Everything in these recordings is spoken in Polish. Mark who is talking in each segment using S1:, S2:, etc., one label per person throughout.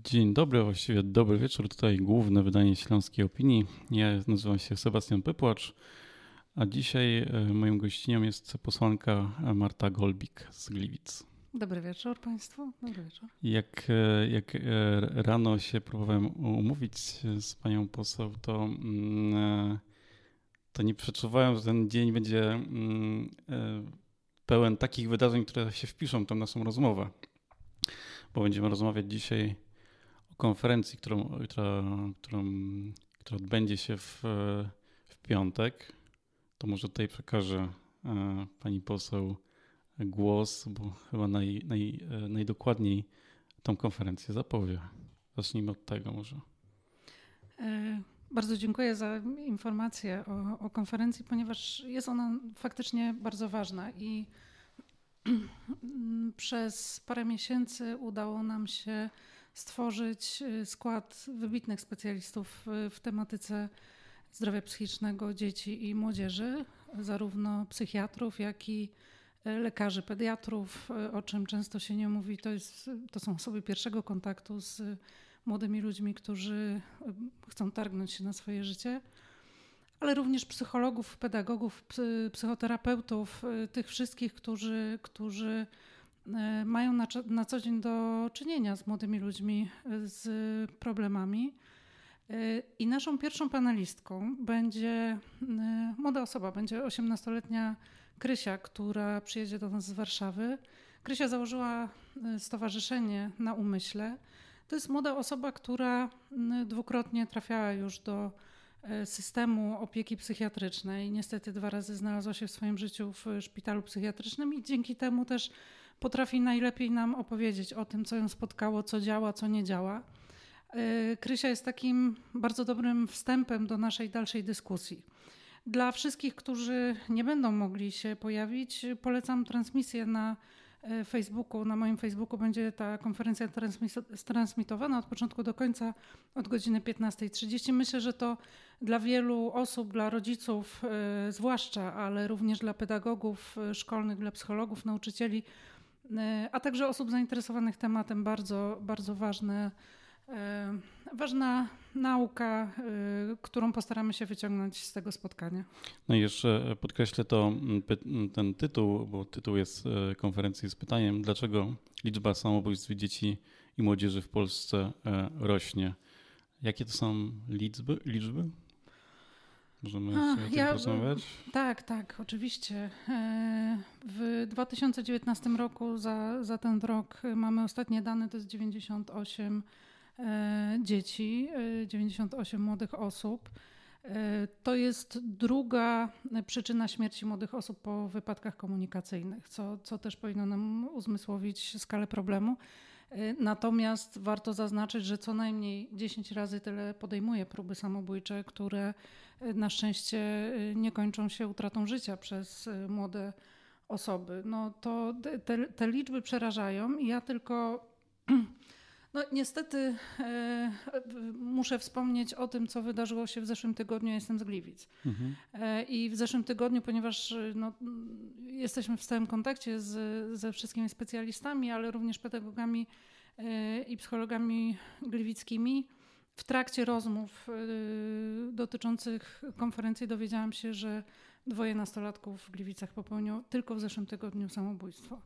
S1: Dzień dobry, właściwie dobry wieczór. Tutaj główne wydanie Śląskiej Opinii. Ja nazywam się Sebastian Pypłacz, a dzisiaj moją gościnią jest posłanka Marta Golbik z Gliwic.
S2: Dobry wieczór Państwu. Dobry wieczór.
S1: Jak rano się próbowałem umówić z panią poseł, to nie przeczuwałem, że ten dzień będzie pełen takich wydarzeń, które się wpiszą w tę naszą rozmowę. Bo będziemy rozmawiać dzisiaj o konferencji, która odbędzie się w piątek. To może tutaj przekażę pani poseł głos, bo chyba najdokładniej tą konferencję zapowie. Zacznijmy od tego może.
S2: Bardzo dziękuję za informację o konferencji, ponieważ jest ona faktycznie bardzo ważna i przez parę miesięcy udało nam się stworzyć skład wybitnych specjalistów w tematyce zdrowia psychicznego dzieci i młodzieży, zarówno psychiatrów, jak i lekarzy pediatrów, o czym często się nie mówi. To są osoby pierwszego kontaktu z młodymi ludźmi, którzy chcą targnąć się na swoje życie, ale również psychologów, pedagogów, psychoterapeutów, tych wszystkich, którzy mają na co dzień do czynienia z młodymi ludźmi z problemami. I naszą pierwszą panelistką będzie młoda osoba, będzie 18-letnia Krysia, która przyjedzie do nas z Warszawy. Krysia założyła stowarzyszenie Na Umyśle. To jest młoda osoba, która dwukrotnie trafiała już do systemu opieki psychiatrycznej. Niestety 2 razy znalazła się w swoim życiu w szpitalu psychiatrycznym i dzięki temu też potrafi najlepiej nam opowiedzieć o tym, co ją spotkało, co działa, co nie działa. Krysia jest takim bardzo dobrym wstępem do naszej dalszej dyskusji. Dla wszystkich, którzy nie będą mogli się pojawić, polecam transmisję na Facebooku. Na moim Facebooku będzie ta konferencja transmitowana od początku do końca od godziny 15:30. Myślę, że to dla wielu osób, dla rodziców zwłaszcza, ale również dla pedagogów szkolnych, dla psychologów, nauczycieli, a także osób zainteresowanych tematem bardzo, bardzo ważna nauka, którą postaramy się wyciągnąć z tego spotkania.
S1: No i jeszcze podkreślę ten tytuł, bo tytuł jest konferencji z pytaniem, dlaczego liczba samobójstw dzieci i młodzieży w Polsce rośnie. Jakie to są liczby? Możemy sobie o tym porozmawiać?
S2: Tak, oczywiście. W 2019 roku, za ten rok mamy ostatnie dane, to jest 98 dzieci, 98 młodych osób. To jest druga przyczyna śmierci młodych osób po wypadkach komunikacyjnych, co też powinno nam uzmysłowić skalę problemu. Natomiast warto zaznaczyć, że co najmniej 10 razy tyle podejmuje próby samobójcze, które na szczęście nie kończą się utratą życia przez młode osoby. No to te liczby przerażają i ja tylko... No niestety muszę wspomnieć o tym, co wydarzyło się w zeszłym tygodniu. Ja jestem z Gliwic. I w zeszłym tygodniu, ponieważ jesteśmy w stałym kontakcie ze wszystkimi specjalistami, ale również pedagogami i psychologami gliwickimi, w trakcie rozmów dotyczących konferencji dowiedziałam się, że 2 nastolatków w Gliwicach popełniło tylko w zeszłym tygodniu samobójstwo.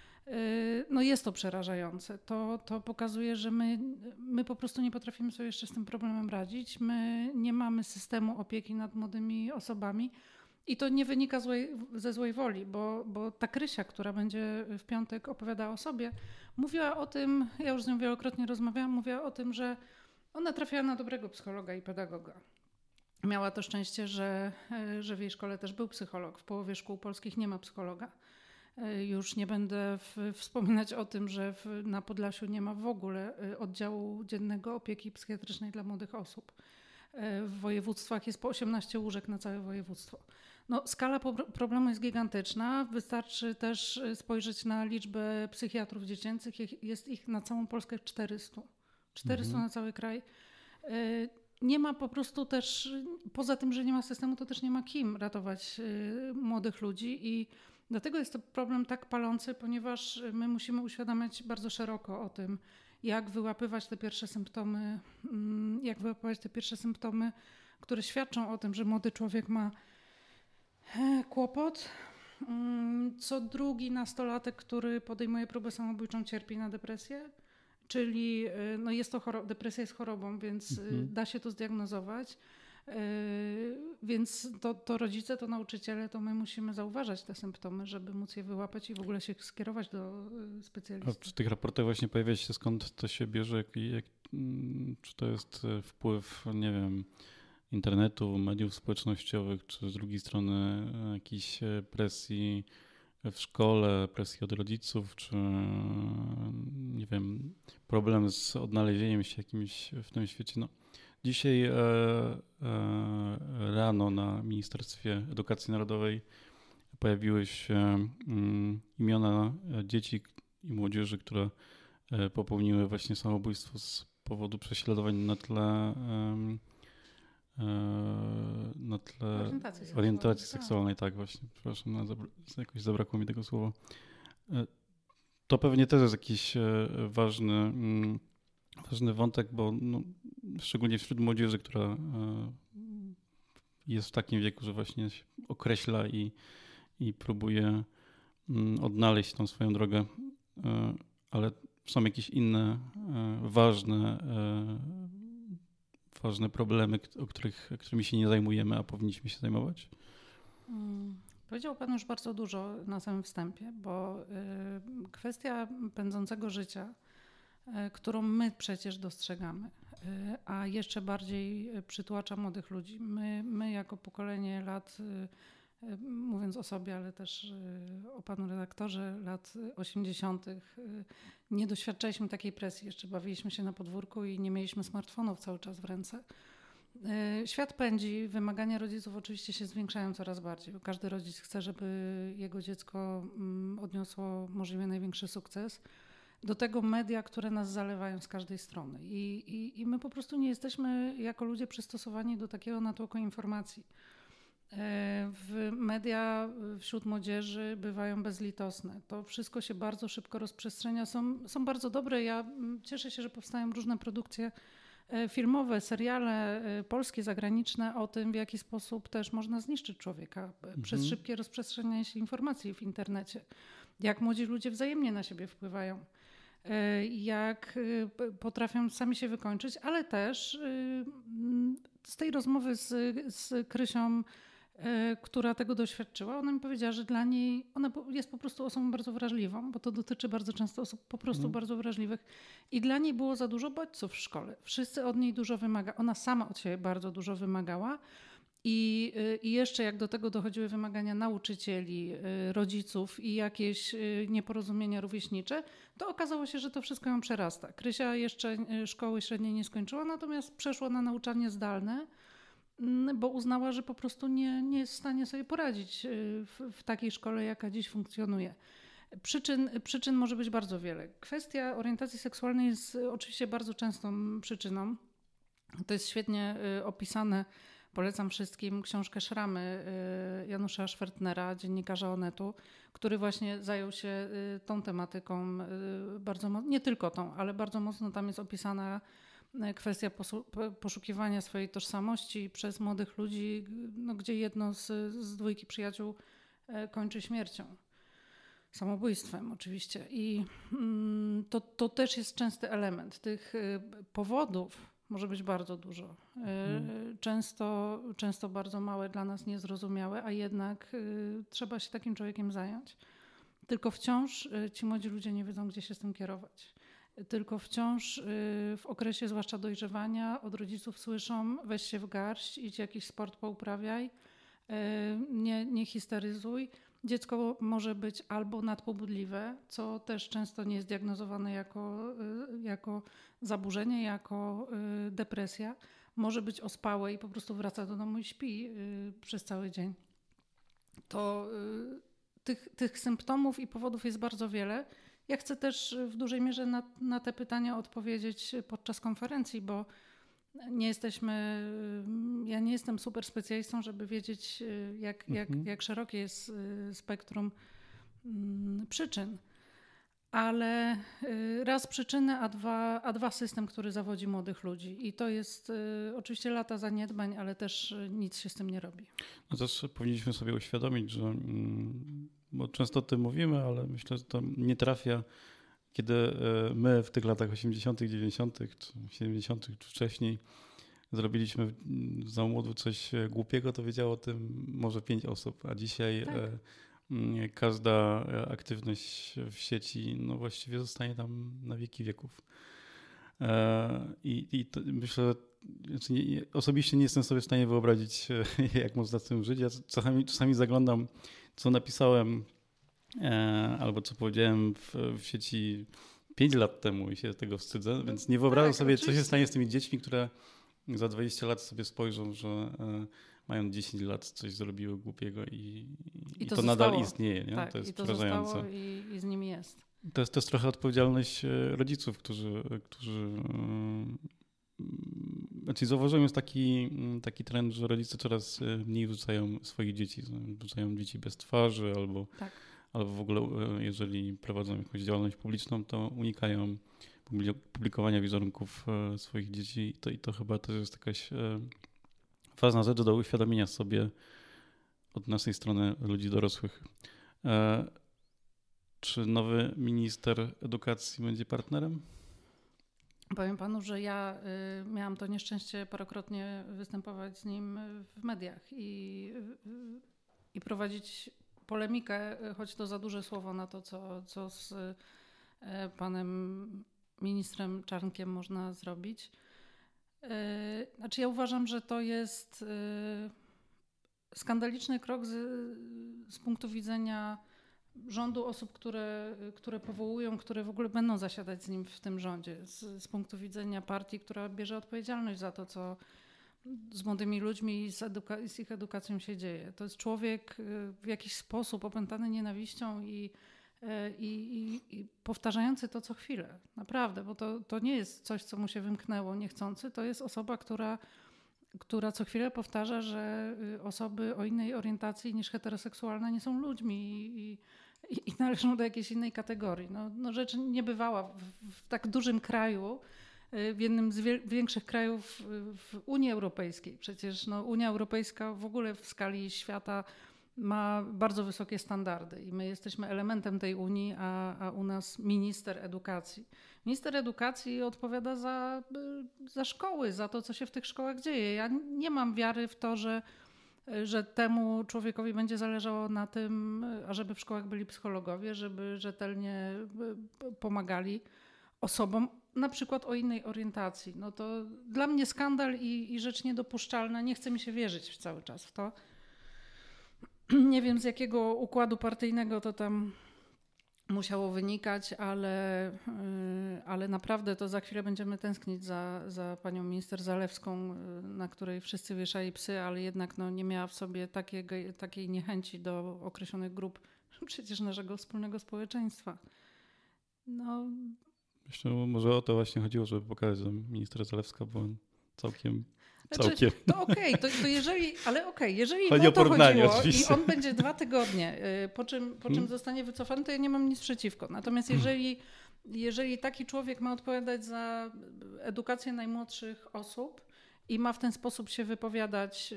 S2: No jest to przerażające. To pokazuje, że my po prostu nie potrafimy sobie jeszcze z tym problemem radzić. My nie mamy systemu opieki nad młodymi osobami i to nie wynika ze złej woli, bo ta Krysia, która będzie w piątek opowiadała o sobie, mówiła o tym, ja już z nią wielokrotnie rozmawiałam, mówiła o tym, że ona trafiła na dobrego psychologa i pedagoga. Miała to szczęście, że w jej szkole też był psycholog. W połowie szkół polskich nie ma psychologa. Już nie będę wspominać o tym, że na Podlasiu nie ma w ogóle oddziału dziennego opieki psychiatrycznej dla młodych osób. W województwach jest po 18 łóżek na całe województwo. No, skala problemu jest gigantyczna. Wystarczy też spojrzeć na liczbę psychiatrów dziecięcych. Jest ich na całą Polskę 400. 400 na cały kraj. Nie ma po prostu też, poza tym, że nie ma systemu, to też nie ma kim ratować młodych ludzi i dlatego jest to problem tak palący, ponieważ my musimy uświadamiać bardzo szeroko o tym, jak wyłapywać te pierwsze symptomy, które świadczą o tym, że młody człowiek ma kłopot. Co drugi nastolatek, który podejmuje próbę samobójczą, cierpi na depresję, czyli jest to depresja jest chorobą, więc da się to zdiagnozować. Więc to rodzice, to nauczyciele, to my musimy zauważać te symptomy, żeby móc je wyłapać i w ogóle się skierować do specjalisty.
S1: A przy tych raportach właśnie pojawia się, skąd to się bierze? Czy to jest wpływ, nie wiem, internetu, mediów społecznościowych, czy z drugiej strony jakiejś presji w szkole, presji od rodziców, czy nie wiem, problem z odnalezieniem się jakimś w tym świecie? No, dzisiaj rano na Ministerstwie Edukacji Narodowej pojawiły się imiona dzieci i młodzieży, które popełniły właśnie samobójstwo z powodu prześladowań na tle orientacji seksualnej. Tak, właśnie, przepraszam, jakoś zabrakło mi tego słowa. To pewnie też jest jakiś ważny wątek, bo szczególnie wśród młodzieży, która jest w takim wieku, że właśnie się określa i próbuje odnaleźć tą swoją drogę, ale są jakieś inne ważne problemy, którymi się nie zajmujemy, a powinniśmy się zajmować?
S2: Powiedział Pan już bardzo dużo na samym wstępie, bo kwestia pędzącego życia, którą my przecież dostrzegamy, a jeszcze bardziej przytłacza młodych ludzi. My jako pokolenie lat, mówiąc o sobie, ale też o panu redaktorze, lat 80. nie doświadczaliśmy takiej presji. Jeszcze bawiliśmy się na podwórku i nie mieliśmy smartfonów cały czas w ręce. Świat pędzi, wymagania rodziców oczywiście się zwiększają coraz bardziej. Każdy rodzic chce, żeby jego dziecko odniosło możliwie największy sukces. Do tego media, które nas zalewają z każdej strony. I my po prostu nie jesteśmy jako ludzie przystosowani do takiego natłoku informacji. Media wśród młodzieży bywają bezlitosne. To wszystko się bardzo szybko rozprzestrzenia. Są bardzo dobre. Ja cieszę się, że powstają różne produkcje filmowe, seriale polskie, zagraniczne o tym, w jaki sposób też można zniszczyć człowieka przez szybkie rozprzestrzenianie się informacji w internecie. Jak młodzi ludzie wzajemnie na siebie wpływają. Jak potrafią sami się wykończyć, ale też z tej rozmowy z Krysią, która tego doświadczyła, ona mi powiedziała, że dla niej ona jest po prostu osobą bardzo wrażliwą, bo to dotyczy bardzo często osób po prostu bardzo wrażliwych i dla niej było za dużo bodźców w szkole. Wszyscy od niej dużo wymagają. Ona sama od siebie bardzo dużo wymagała. I jeszcze jak do tego dochodziły wymagania nauczycieli, rodziców i jakieś nieporozumienia rówieśnicze, to okazało się, że to wszystko ją przerasta. Krysia jeszcze szkoły średniej nie skończyła, natomiast przeszła na nauczanie zdalne, bo uznała, że po prostu nie jest w stanie sobie poradzić w takiej szkole, jaka dziś funkcjonuje. Przyczyn może być bardzo wiele. Kwestia orientacji seksualnej jest oczywiście bardzo częstą przyczyną. To jest świetnie opisane. Polecam wszystkim książkę Szramy Janusza Schwertnera, dziennikarza Onetu, który właśnie zajął się tą tematyką bardzo mocno, nie tylko tą, ale bardzo mocno tam jest opisana kwestia poszukiwania swojej tożsamości przez młodych ludzi, gdzie jedno z dwójki przyjaciół kończy śmiercią. Samobójstwem oczywiście. I to też jest częsty element. Tych powodów może być bardzo dużo. Często bardzo małe, dla nas niezrozumiałe, a jednak trzeba się takim człowiekiem zająć. Tylko wciąż ci młodzi ludzie nie wiedzą, gdzie się z tym kierować. Tylko wciąż w okresie zwłaszcza dojrzewania od rodziców słyszą: weź się w garść, idź jakiś sport pouprawiaj, nie histeryzuj. Dziecko może być albo nadpobudliwe, co też często nie jest diagnozowane jako zaburzenie, jako depresja. Może być ospałe i po prostu wraca do domu i śpi przez cały dzień. To tych symptomów i powodów jest bardzo wiele. Ja chcę też w dużej mierze na te pytania odpowiedzieć podczas konferencji, bo ja nie jestem super specjalistą, żeby wiedzieć, jak szerokie jest spektrum przyczyn. ale raz przyczyny, a dwa system, który zawodzi młodych ludzi. I to jest oczywiście lata zaniedbań, ale też nic się z tym nie robi.
S1: No też powinniśmy sobie uświadomić, że bo często o tym mówimy, ale myślę, że to nie trafia, kiedy my w tych latach 80., 90., czy 70., czy wcześniej zrobiliśmy za młodu coś głupiego, to wiedziało o tym może 5 osób, a dzisiaj
S2: Tak.
S1: Każda aktywność w sieci no właściwie zostanie tam na wieki wieków. I to myślę, że znaczy osobiście nie jestem sobie w stanie wyobrazić, jak można z tym żyć. Ja czasami zaglądam, co napisałem albo co powiedziałem w sieci 5 lat temu i się tego wstydzę, więc nie wyobrażam sobie, co się stanie z tymi dziećmi, które za 20 lat sobie spojrzą, że mają 10 lat, coś zrobiły głupiego i to nadal istnieje. Nie?
S2: Tak,
S1: to jest
S2: i to
S1: przerażające.
S2: zostało i z nimi jest.
S1: To jest też trochę odpowiedzialność rodziców, którzy znaczy zauważyłem jest taki trend, że rodzice coraz mniej wrzucają swoich dzieci. Wrzucają dzieci bez twarzy albo w ogóle jeżeli prowadzą jakąś działalność publiczną, to unikają publikowania wizerunków swoich dzieci i to chyba też jest jakaś ważna rzecz do uświadomienia sobie od naszej strony ludzi dorosłych. Czy nowy minister edukacji będzie partnerem?
S2: Powiem panu, że ja miałam to nieszczęście parokrotnie występować z nim w mediach i prowadzić polemikę, choć to za duże słowo na to, co z panem ministrem Czarnkiem można zrobić. Znaczy ja uważam, że to jest skandaliczny krok z punktu widzenia rządu, osób, które powołują, które w ogóle będą zasiadać z nim w tym rządzie. Z punktu widzenia partii, która bierze odpowiedzialność za to, co z młodymi ludźmi i z ich edukacją się dzieje. To jest człowiek w jakiś sposób opętany nienawiścią i powtarzający to co chwilę. Naprawdę, bo to nie jest coś, co mu się wymknęło niechcący. To jest osoba, która co chwilę powtarza, że osoby o innej orientacji niż heteroseksualna nie są ludźmi i należą do jakiejś innej kategorii. No rzecz niebywała w tak dużym kraju, w jednym z większych krajów w Unii Europejskiej. Przecież Unia Europejska w ogóle w skali świata ma bardzo wysokie standardy i my jesteśmy elementem tej Unii, a u nas minister edukacji. Minister edukacji odpowiada za szkoły, za to, co się w tych szkołach dzieje. Ja nie mam wiary w to, że temu człowiekowi będzie zależało na tym, ażeby w szkołach byli psychologowie, żeby rzetelnie pomagali osobom na przykład o innej orientacji. No to dla mnie skandal i rzecz niedopuszczalna. Nie chce mi się wierzyć cały czas w to. Nie wiem, z jakiego układu partyjnego to tam musiało wynikać, ale naprawdę to za chwilę będziemy tęsknić za panią minister Zalewską, na której wszyscy wieszali psy, ale jednak nie miała w sobie takiej niechęci do określonych grup przecież naszego wspólnego społeczeństwa.
S1: Myślę, że może o to właśnie chodziło, żeby pokazać, że minister Zalewska była całkiem.
S2: To okej, to jeżeli, ale jeżeli
S1: chodzi
S2: o to chodziło
S1: oczywiście.
S2: I on będzie 2 tygodnie, po czym zostanie wycofany, to ja nie mam nic przeciwko. Natomiast jeżeli taki człowiek ma odpowiadać za edukację najmłodszych osób i ma w ten sposób się wypowiadać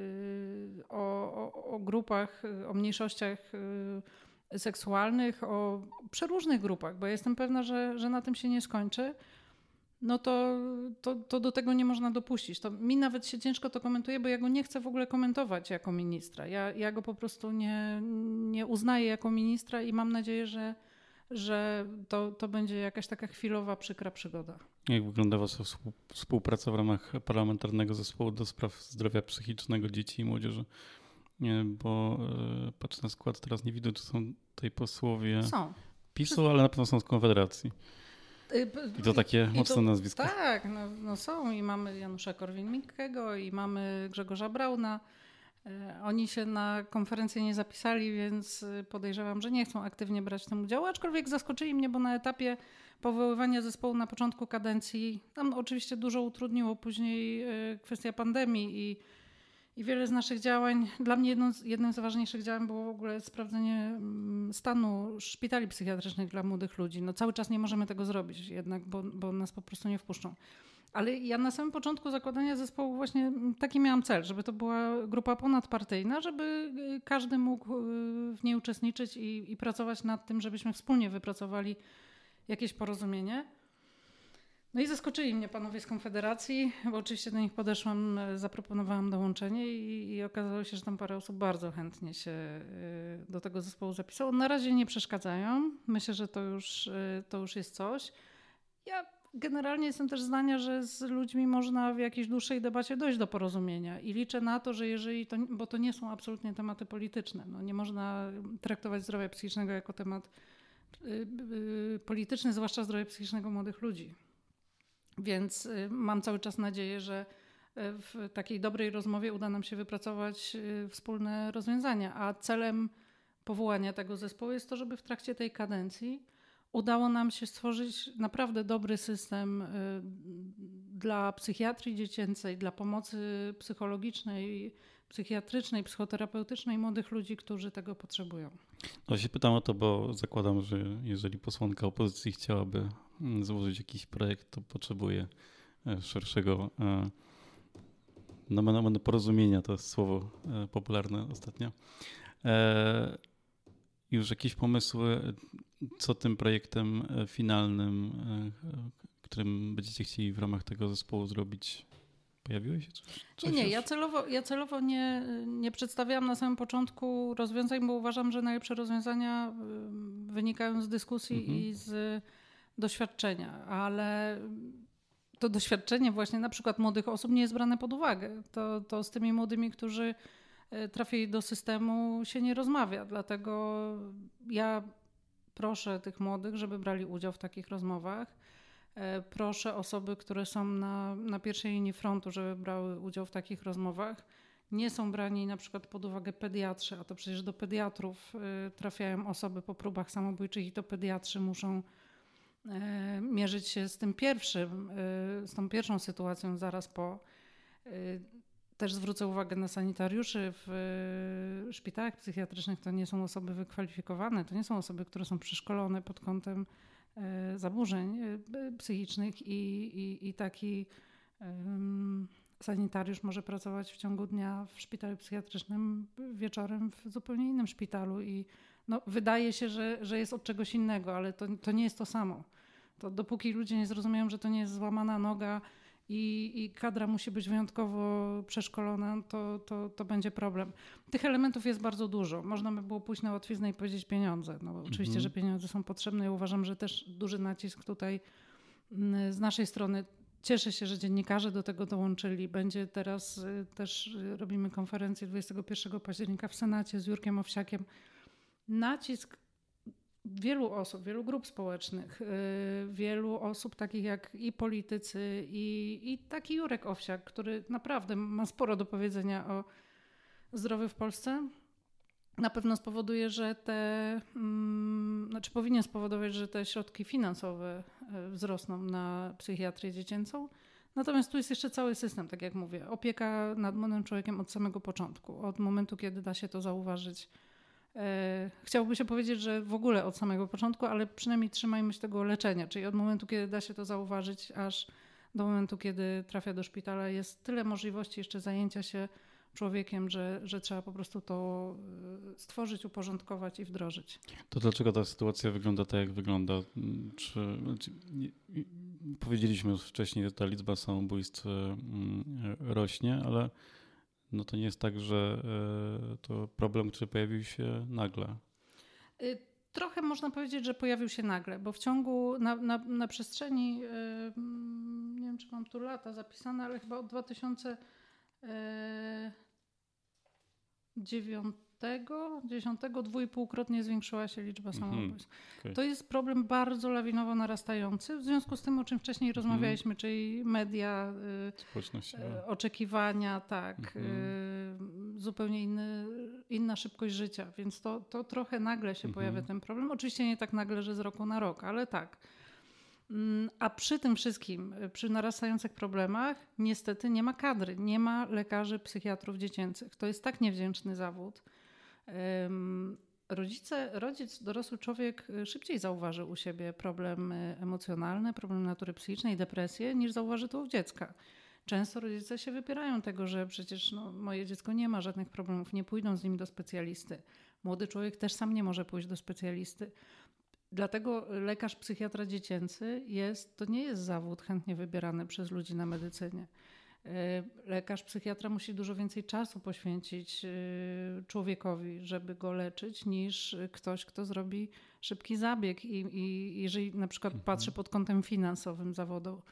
S2: o grupach, o mniejszościach seksualnych, o przeróżnych grupach, bo jestem pewna, że na tym się nie skończy, no to do tego nie można dopuścić. To mi nawet się ciężko to komentuje, bo ja go nie chcę w ogóle komentować jako ministra. Ja go po prostu nie uznaję jako ministra i mam nadzieję, że to będzie jakaś taka chwilowa, przykra przygoda.
S1: Jak wygląda wasza współpraca w ramach Parlamentarnego Zespołu do Spraw Zdrowia Psychicznego Dzieci i Młodzieży? Nie, bo patrzę na skład, teraz nie widzę, czy są tutaj posłowie PiS-u, ale na pewno są z Konfederacji. I to takie mocne nazwiska.
S2: Tak, są i mamy Janusza Korwin-Mikkego i mamy Grzegorza Brauna. Oni się na konferencję nie zapisali, więc podejrzewam, że nie chcą aktywnie brać w tym udziału, aczkolwiek zaskoczyli mnie, bo na etapie powoływania zespołu na początku kadencji tam oczywiście dużo utrudniło później kwestia pandemii I wiele z naszych działań, dla mnie jednym z ważniejszych działań było w ogóle sprawdzenie stanu szpitali psychiatrycznych dla młodych ludzi. No cały czas nie możemy tego zrobić jednak, bo nas po prostu nie wpuszczą. Ale ja na samym początku zakładania zespołu właśnie taki miałam cel, żeby to była grupa ponadpartyjna, żeby każdy mógł w niej uczestniczyć i pracować nad tym, żebyśmy wspólnie wypracowali jakieś porozumienie. No i zaskoczyli mnie panowie z Konfederacji, bo oczywiście do nich podeszłam, zaproponowałam dołączenie i okazało się, że tam parę osób bardzo chętnie się do tego zespołu zapisało. Na razie nie przeszkadzają. Myślę, że to już jest coś. Ja generalnie jestem też zdania, że z ludźmi można w jakiejś dłuższej debacie dojść do porozumienia i liczę na to, że jeżeli to, bo to nie są absolutnie tematy polityczne, no nie można traktować zdrowia psychicznego jako temat polityczny, zwłaszcza zdrowia psychicznego młodych ludzi. Więc mam cały czas nadzieję, że w takiej dobrej rozmowie uda nam się wypracować wspólne rozwiązania, a celem powołania tego zespołu jest to, żeby w trakcie tej kadencji udało nam się stworzyć naprawdę dobry system dla psychiatrii dziecięcej, dla pomocy psychologicznej, psychiatrycznej, psychoterapeutycznej młodych ludzi, którzy tego potrzebują.
S1: No się pytam o to, bo zakładam, że jeżeli posłanka opozycji chciałaby złożyć jakiś projekt, to potrzebuje szerszego porozumienia, to jest słowo popularne ostatnio. Już jakieś pomysły, co tym projektem finalnym, którym będziecie chcieli w ramach tego zespołu zrobić, pojawiły się?
S2: Nie, ja celowo nie przedstawiałam na samym początku rozwiązań, bo uważam, że najlepsze rozwiązania wynikają z dyskusji i z doświadczenia, ale to doświadczenie właśnie na przykład młodych osób nie jest brane pod uwagę. To z tymi młodymi, którzy trafili do systemu, się nie rozmawia. Dlatego ja proszę tych młodych, żeby brali udział w takich rozmowach. Proszę osoby, które są na pierwszej linii frontu, żeby brały udział w takich rozmowach. Nie są brani na przykład pod uwagę pediatrzy, a to przecież do pediatrów trafiają osoby po próbach samobójczych i to pediatrzy muszą mierzyć się z tym z tą pierwszą sytuacją zaraz po. Też zwrócę uwagę na sanitariuszy w szpitalach psychiatrycznych. To nie są osoby wykwalifikowane, to nie są osoby, które są przeszkolone pod kątem zaburzeń psychicznych i taki sanitariusz może pracować w ciągu dnia w szpitalu psychiatrycznym, wieczorem w zupełnie innym szpitalu i no, wydaje się, że jest od czegoś innego, ale to nie jest to samo. To dopóki ludzie nie zrozumieją, że to nie jest złamana noga i kadra musi być wyjątkowo przeszkolona, to będzie problem. Tych elementów jest bardzo dużo. Można by było pójść na łatwiznę i powiedzieć pieniądze. No, oczywiście, że pieniądze są potrzebne. Ja uważam, że też duży nacisk tutaj z naszej strony. Cieszę się, że dziennikarze do tego dołączyli. Będzie teraz też robimy konferencję 21 października w Senacie z Jurkiem Owsiakiem. Nacisk wielu osób, wielu grup społecznych, wielu osób takich jak i politycy i taki Jurek Owsiak, który naprawdę ma sporo do powiedzenia o zdrowiu w Polsce, na pewno spowoduje, że powinien spowodować, że te środki finansowe wzrosną na psychiatrię dziecięcą. Natomiast tu jest jeszcze cały system, tak jak mówię, opieka nad młodym człowiekiem od samego początku, od momentu, kiedy da się to zauważyć. Chciałoby się powiedzieć, że w ogóle od samego początku, ale przynajmniej trzymajmy się tego leczenia, czyli od momentu, kiedy da się to zauważyć, aż do momentu, kiedy trafia do szpitala. Jest tyle możliwości jeszcze zajęcia się człowiekiem, że trzeba po prostu to stworzyć, uporządkować i wdrożyć.
S1: To dlaczego ta sytuacja wygląda tak, jak wygląda? Powiedzieliśmy już wcześniej, że ta liczba samobójstw rośnie, ale no to nie jest tak, że to problem, który pojawił się nagle.
S2: Trochę można powiedzieć, że pojawił się nagle, bo w ciągu, na przestrzeni, nie wiem, czy mam tu lata zapisane, ale chyba od 2009, 10 2,5-krotnie zwiększyła się liczba samobójstw. Okay. To jest problem bardzo lawinowo narastający, w związku z tym, o czym wcześniej rozmawialiśmy, czyli media, oczekiwania, tak, zupełnie inna szybkość życia, więc to trochę nagle się pojawia ten problem. Oczywiście nie tak nagle, że z roku na rok, ale tak. A przy tym wszystkim, przy narastających problemach, niestety nie ma kadry, nie ma lekarzy, psychiatrów dziecięcych. To jest tak niewdzięczny zawód. Rodzic, dorosły człowiek szybciej zauważy u siebie problem emocjonalny, problem natury psychicznej, depresję, niż zauważy to u dziecka. Często rodzice się wypierają tego, że przecież moje dziecko nie ma żadnych problemów, nie pójdą z nim do specjalisty. Młody człowiek też sam nie może pójść do specjalisty. Dlatego lekarz psychiatra dziecięcy to nie jest zawód chętnie wybierany przez ludzi na medycynie. Lekarz psychiatra musi dużo więcej czasu poświęcić człowiekowi, żeby go leczyć, niż ktoś, kto zrobi szybki zabieg i jeżeli na przykład patrzy pod kątem finansowym zawodu.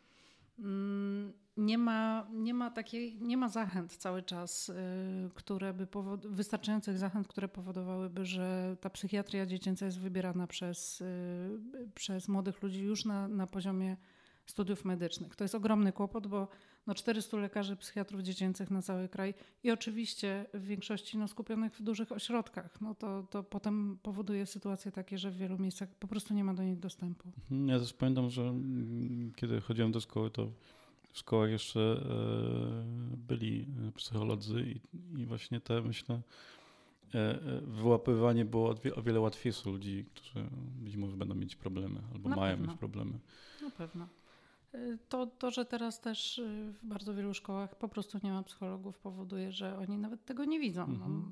S2: Nie ma zachęt cały czas, wystarczających zachęt, które powodowałyby, że ta psychiatria dziecięca jest wybierana przez młodych ludzi już na poziomie studiów medycznych. To jest ogromny kłopot, bo 400 lekarzy psychiatrów dziecięcych na cały kraj i oczywiście w większości skupionych w dużych ośrodkach. To potem powoduje sytuacje takie, że w wielu miejscach po prostu nie ma do nich dostępu.
S1: Ja też pamiętam, że kiedy chodziłem do szkoły, to w szkołach jeszcze byli psycholodzy i właśnie myślę, wyłapywanie było o wiele łatwiejsze ludzi, którzy być może będą mieć problemy albo mają mieć problemy. Na
S2: pewno. To, że teraz też w bardzo wielu szkołach po prostu nie ma psychologów, powoduje, że oni nawet tego nie widzą.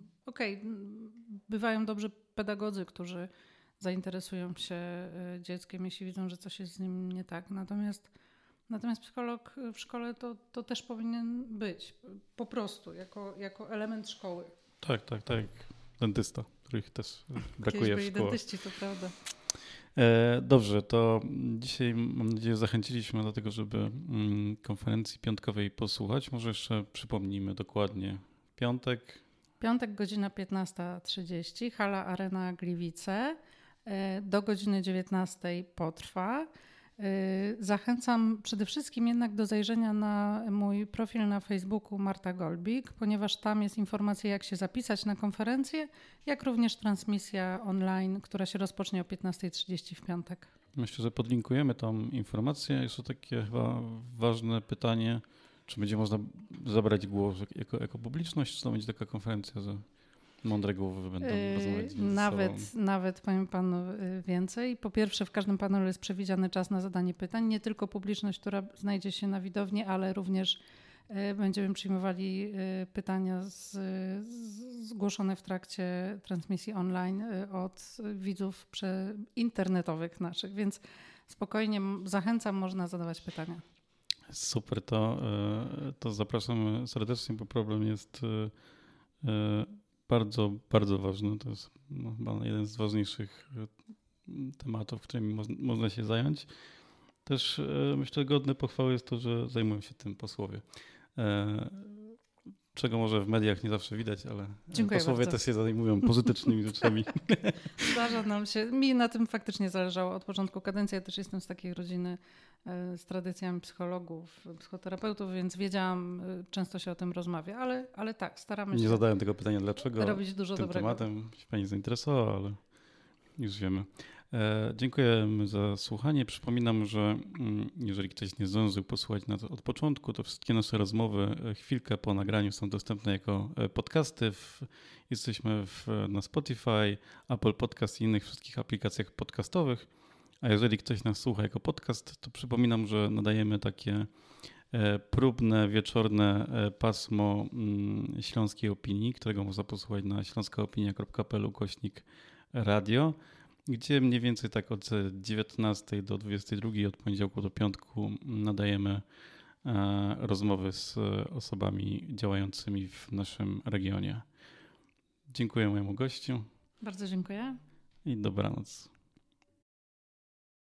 S2: Bywają dobrzy pedagodzy, którzy zainteresują się dzieckiem, jeśli widzą, że coś jest z nim nie tak. Natomiast psycholog w szkole to też powinien być po prostu jako element szkoły.
S1: Tak. Dentysta, których też brakuje
S2: Kiedyś
S1: w szkołach.
S2: dentyści, to prawda.
S1: Dobrze, to dzisiaj mam nadzieję zachęciliśmy do tego, żeby konferencji piątkowej posłuchać. Może jeszcze przypomnijmy dokładnie.
S2: Piątek, godzina 15:30, hala Arena Gliwice. Do godziny 19:00 potrwa. Zachęcam przede wszystkim jednak do zajrzenia na mój profil na Facebooku Marta Golbik, ponieważ tam jest informacja, jak się zapisać na konferencję, jak również transmisja online, która się rozpocznie o 15:30 w piątek.
S1: Myślę, że podlinkujemy tą informację. Jeszcze takie chyba ważne pytanie, czy będzie można zabrać głos jako publiczność, czy to będzie taka konferencja, że mądre głowy będą rozmawiać ze sobą?
S2: Nawet powiem panu więcej. Po pierwsze, w każdym panelu jest przewidziany czas na zadanie pytań. Nie tylko publiczność, która znajdzie się na widowni, ale również będziemy przyjmowali pytania zgłoszone w trakcie transmisji online od widzów internetowych naszych, więc spokojnie zachęcam, można zadawać pytania.
S1: Super, to zapraszamy serdecznie, bo problem jest bardzo, bardzo ważny. To jest chyba jeden z ważniejszych tematów, którymi można się zająć. Też myślę, godne pochwały jest to, że zajmują się tym posłowie. Czego może w mediach nie zawsze widać, ale
S2: dziękuję
S1: posłowie
S2: bardzo.
S1: też się zajmują pożytecznymi rzeczami.
S2: Zdarza nam się. Mi na tym faktycznie zależało od początku kadencji. Ja też jestem z takiej rodziny z tradycjami psychologów, psychoterapeutów, więc wiedziałam, często się o tym rozmawia, ale tak, staramy się.
S1: Nie zadałem tego pytania, dlaczego
S2: robić dużo
S1: tym
S2: dobrego.
S1: tematem się pani zainteresowała, ale już wiemy. Dziękujemy za słuchanie. Przypominam, że jeżeli ktoś nie zdążył posłuchać nas od początku, to wszystkie nasze rozmowy chwilkę po nagraniu są dostępne jako podcasty. Jesteśmy na Spotify, Apple Podcast i innych wszystkich aplikacjach podcastowych. A jeżeli ktoś nas słucha jako podcast, to przypominam, że nadajemy takie próbne, wieczorne pasmo Śląskiej Opinii, którego można posłuchać na śląskaopinia.pl/radio, gdzie mniej więcej tak od 19 do 22 od poniedziałku do piątku nadajemy rozmowy z osobami działającymi w naszym regionie. Dziękuję mojemu gościu.
S2: Bardzo dziękuję.
S1: I dobranoc.